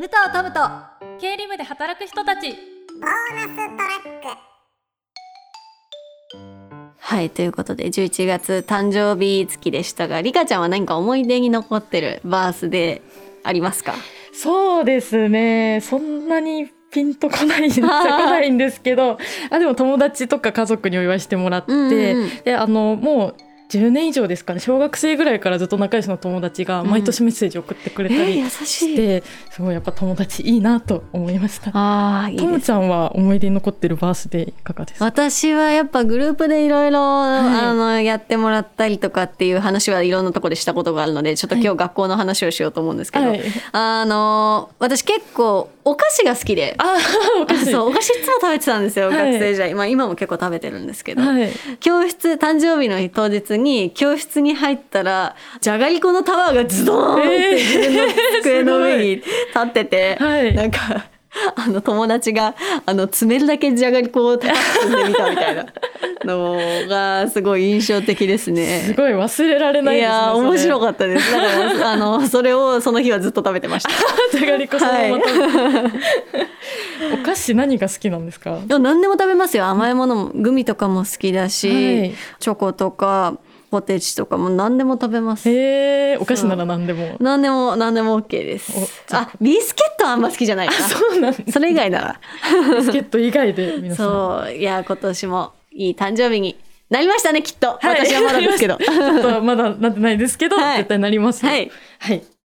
武藤トムと経理部で働く人たち。 ボーナストラック。 はい、ということで11月誕生日月でしたが、リカちゃんは何か思い出に残ってるバースデーありますか？ そうですね、そんなにピンとこないんですけどでも友達とか家族にお祝いしてもらって、でもう10年以上ですかね、小学生ぐらいからずっと仲良しの友達が毎年メッセージ送ってくれたりして、すごいやっぱ友達いいなと思いました。 いいです。 ともちゃんは思い出に残ってるバースデーいかがですか？ 私はやっぱグループでいろいろやってもらったりとかっていう話はいろんなところでしたことがあるので、ちょっと今日学校の話をしようと思うんですけど、私結構お菓子が好きで、お菓子いつも食べてたんですよ、学生時代。今も結構食べてるんですけど、誕生日の当日に教室に入ったらじゃがりこのタワーがズドーンって自分の机の上に立ってて、なんか友達が詰めるだけじゃがりこを包んでみたみたいなのがすごい印象的ですね。 すごい忘れられないですね。 いや面白かったです。だからそれをその日はずっと食べてました。 じゃがりこそのままお菓子何が好きなんですか？ 何でも食べますよ。甘いものもグミとかも好きだし、チョコとかポテチとかも何でも食べます。 お菓子なら何でも OK です。ビスケットはあんま好きじゃないかな。 そうなんです。 それ以外ならビスケット以外で皆さん。 そういや今年もいい誕生日になりましたねきっと。私はまだですけどちょっとまだなってないですけど、絶対なります。 はい